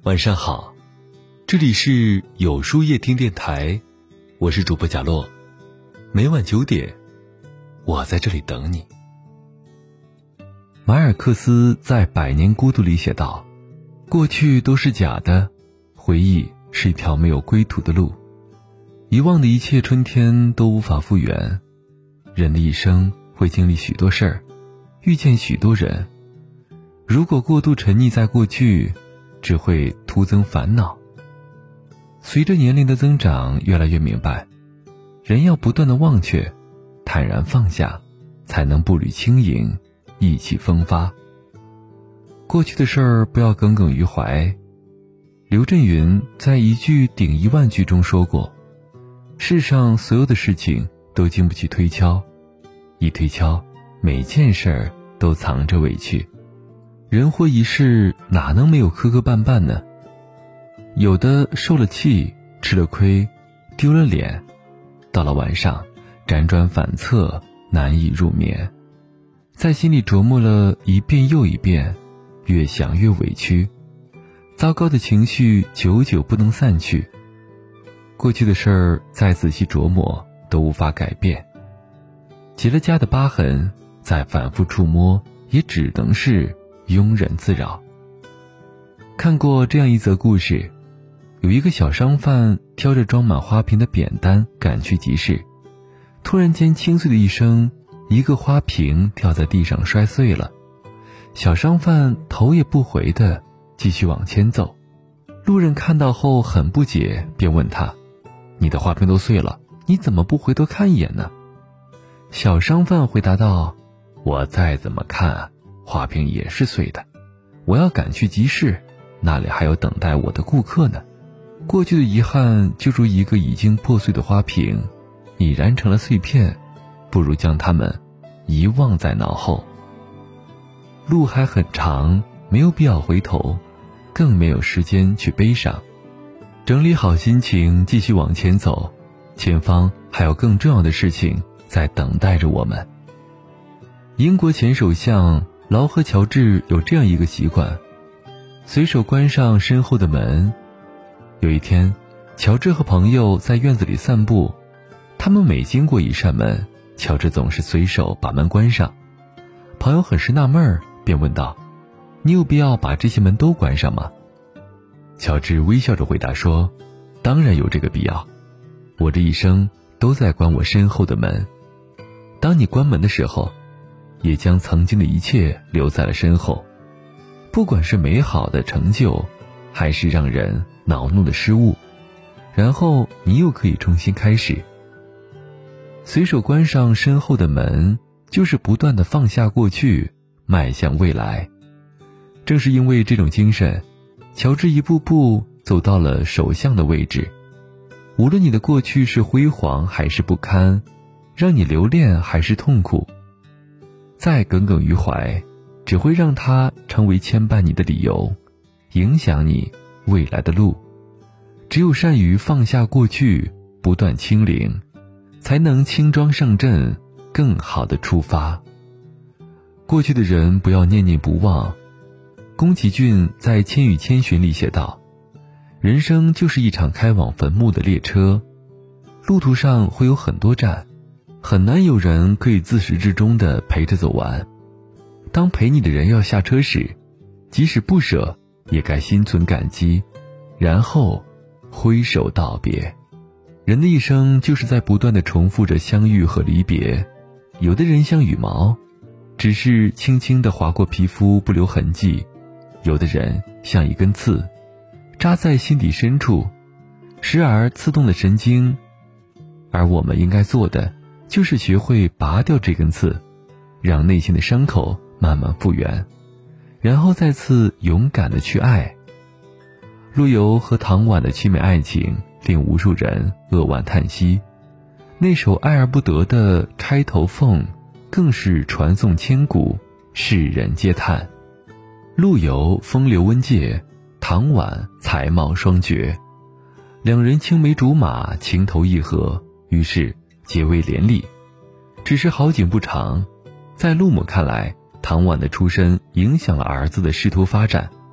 晚上好，这里是有书夜听电台，我是主播贾洛，每晚9点，我在这里等你。马尔克斯在《百年孤独》里写道，过去都是假的，回忆是一条没有归途的路，遗忘的一切春天都无法复原。人的一生会经历许多事儿，遇见许多人，如果过度沉溺在过去，只会徒增烦恼。随着年龄的增长，越来越明白，人要不断的忘却，坦然放下，才能步履轻盈，意气风发。过去的事儿不要耿耿于怀。刘震云在一句顶10000句中说过，世上所有的事情都经不起推敲，一推敲，每件事儿都藏着委屈。人活一世，哪能没有磕磕绊绊呢？有的受了气，吃了亏，丢了脸，到了晚上辗转反侧，难以入眠，在心里琢磨了一遍又一遍，越想越委屈，糟糕的情绪久久不能散去。过去的事儿再仔细琢磨都无法改变，结了痂的疤痕再反复触摸也只能是庸人自扰。看过这样一则故事，有一个小商贩挑着装满花瓶的扁担赶去集市，突然间清脆的一声，一个花瓶掉在地上摔碎了。小商贩头也不回地继续往前走，路人看到后很不解，便问他，你的花瓶都碎了，你怎么不回头看一眼呢？小商贩回答道，我再怎么看，花瓶也是碎的，我要赶去集市，那里还有等待我的顾客呢。过去的遗憾就如一个已经破碎的花瓶，已然成了碎片，不如将它们遗忘在脑后。路还很长，没有必要回头，更没有时间去悲伤。整理好心情，继续往前走，前方还有更重要的事情在等待着我们。英国前首相劳合乔治有这样一个习惯，随手关上身后的门。有一天，乔治和朋友在院子里散步，他们每经过一扇门，乔治总是随手把门关上。朋友很是纳闷，便问道，你有必要把这些门都关上吗？乔治微笑着回答说，当然有这个必要，我这一生都在关我身后的门，当你关门的时候，也将曾经的一切留在了身后，不管是美好的成就，还是让人恼怒的失误，然后你又可以重新开始。随手关上身后的门，就是不断地放下过去，迈向未来。正是因为这种精神，乔治一步步走到了首相的位置。无论你的过去是辉煌还是不堪，让你留恋还是痛苦，再耿耿于怀，只会让它成为牵绊你的理由，影响你未来的路。只有善于放下过去，不断清零，才能轻装上阵，更好的出发。过去的人不要念念不忘。宫崎骏在《千与千寻》里写道，人生就是一场开往坟墓的列车，路途上会有很多站，很难有人可以自始至终地陪着走完。当陪你的人要下车时，即使不舍，也该心存感激，然后挥手道别。人的一生就是在不断地重复着相遇和离别，有的人像羽毛，只是轻轻地划过皮肤，不留痕迹；有的人像一根刺，扎在心底深处，时而刺痛了神经。而我们应该做的，就是学会拔掉这根刺，让内心的伤口慢慢复原，然后再次勇敢地去爱。陆游和唐婉的凄美爱情令无数人扼腕叹息，那首爱而不得的钗头凤更是传颂千古，世人皆叹。陆游风流温介，唐婉才貌双绝，两人青梅竹马，情投意合，于是结为连理。只是好景不长，在陆母看来，唐婉的出身影响了儿子的仕途发展，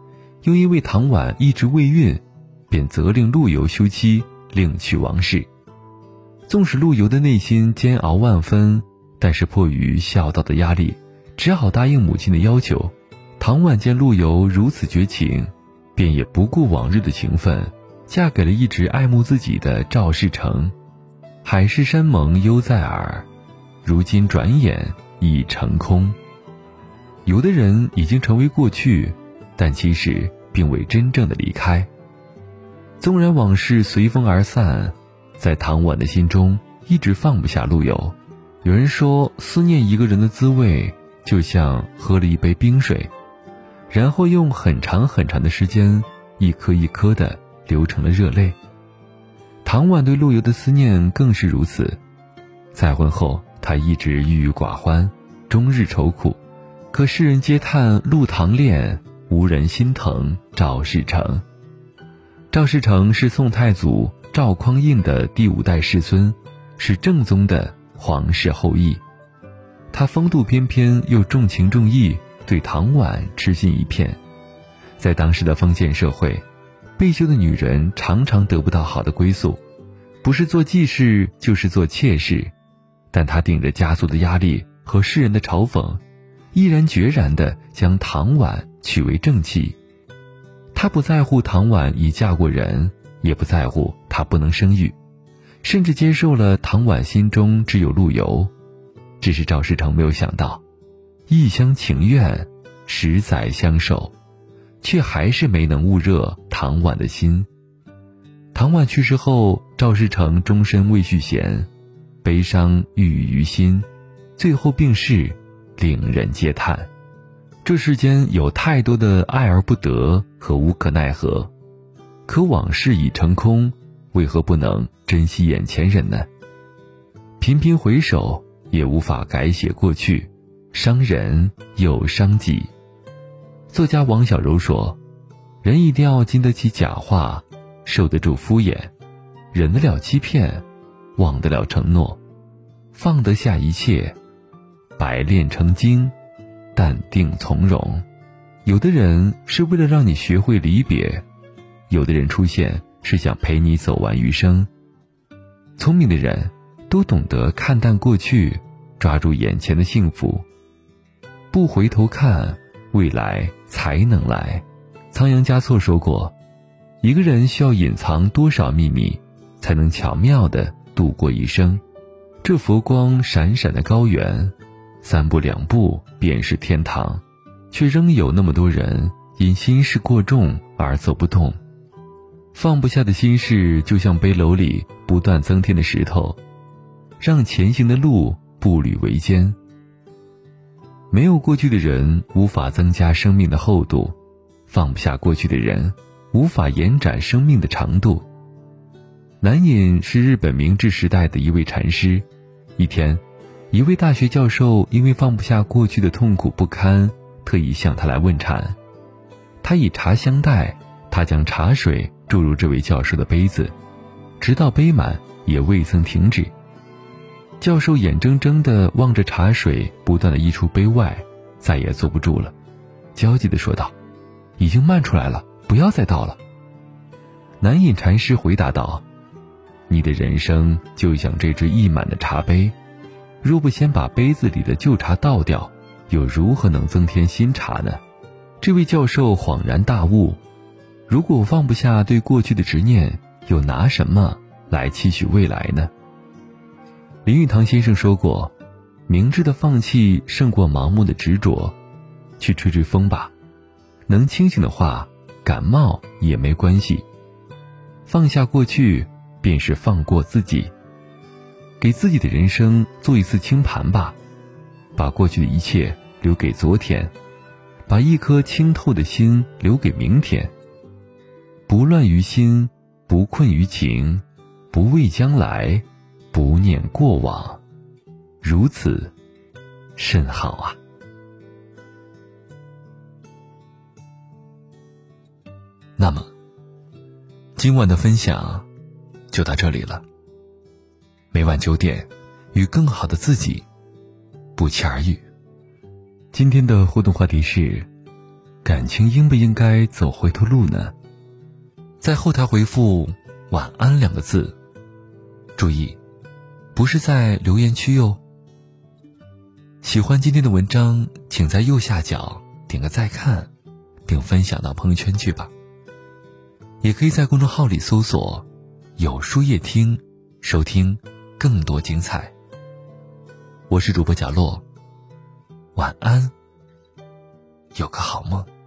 又因为唐婉一直未孕，便责令陆游休妻，另娶王氏。纵使陆游的内心煎熬万分，但是迫于孝道的压力，只好答应母亲的要求。唐婉见陆游如此绝情，便也不顾往日的情分，嫁给了一直爱慕自己的赵世成。海誓山盟犹在耳，如今转眼已成空。有的人已经成为过去，但其实并未真正的离开。纵然往事随风而散，在唐婉的心中一直放不下陆游。有人说，思念一个人的滋味，就像喝了一杯冰水，然后用很长很长的时间，一颗一颗的流成了热泪。唐婉对陆游的思念更是如此。再婚后，她一直郁郁寡欢，终日愁苦。可世人皆叹陆唐恋，无人心疼赵世成。赵世成是宋太祖赵匡胤的第5代世孙，是正宗的皇室后裔。他风度翩翩又重情重义，对唐婉痴心一片。在当时的封建社会，备修的女人常常得不到好的归宿，不是做继室就是做妾室。但他顶着家族的压力和世人的嘲讽，毅然决然地将唐婉娶为正妻。他不在乎唐婉已嫁过人，也不在乎她不能生育，甚至接受了唐婉心中只有陆游。只是赵世成没有想到，一厢情愿10载相守，却还是没能焐热唐婉的心。唐婉去世后，赵世成终身未续弦，悲伤郁于心，最后病逝，令人嗟叹。这世间有太多的爱而不得和无可奈何，可往事已成空，为何不能珍惜眼前人呢？频频回首，也无法改写过去，伤人又伤己。作家王小柔说，人一定要经得起假话，受得住敷衍，忍得了欺骗，忘得了承诺，放得下一切，百炼成金，淡定从容。有的人是为了让你学会离别，有的人出现是想陪你走完余生。聪明的人都懂得看淡过去，抓住眼前的幸福，不回头看，未来才能来。仓央嘉措说过，一个人需要隐藏多少秘密，才能巧妙地度过一生。这佛光闪闪的高原，3步2步便是天堂，却仍有那么多人因心事过重而走不动。放不下的心事就像背篓里不断增添的石头，让前行的路步履维艰。没有过去的人无法增加生命的厚度，放不下过去的人无法延展生命的长度。南隐是日本明治时代的一位禅师。一天，一位大学教授因为放不下过去的痛苦不堪，特意向他来问禅。他以茶相待，他将茶水注入这位教授的杯子，直到杯满也未曾停止。教授眼睁睁地望着茶水不断地溢出杯外，再也坐不住了，焦急地说道：“已经漫出来了，不要再倒了。”南隐禅师回答道：“你的人生就像这只溢满的茶杯，若不先把杯子里的旧茶倒掉，又如何能增添新茶呢？”这位教授恍然大悟，如果我放不下对过去的执念，又拿什么来期许未来呢？林语堂先生说过，明智的放弃胜过盲目的执着。去吹吹风吧，能清醒的话，感冒也没关系。放下过去，便是放过自己。给自己的人生做一次清盘吧，把过去的一切留给昨天，把一颗清透的心留给明天。不乱于心，不困于情，不畏将来，不念过往，如此甚好啊。那么今晚的分享就到这里了。每晚9点，与更好的自己不期而遇。今天的互动话题是， 感情应不应该走回头路呢？在后台回复晚安2个字，注意不是在留言区哟。喜欢今天的文章，请在右下角点个再看，并分享到朋友圈去吧。也可以在公众号里搜索有书夜听，收听更多精彩。我是主播贾洛，晚安，有个好梦。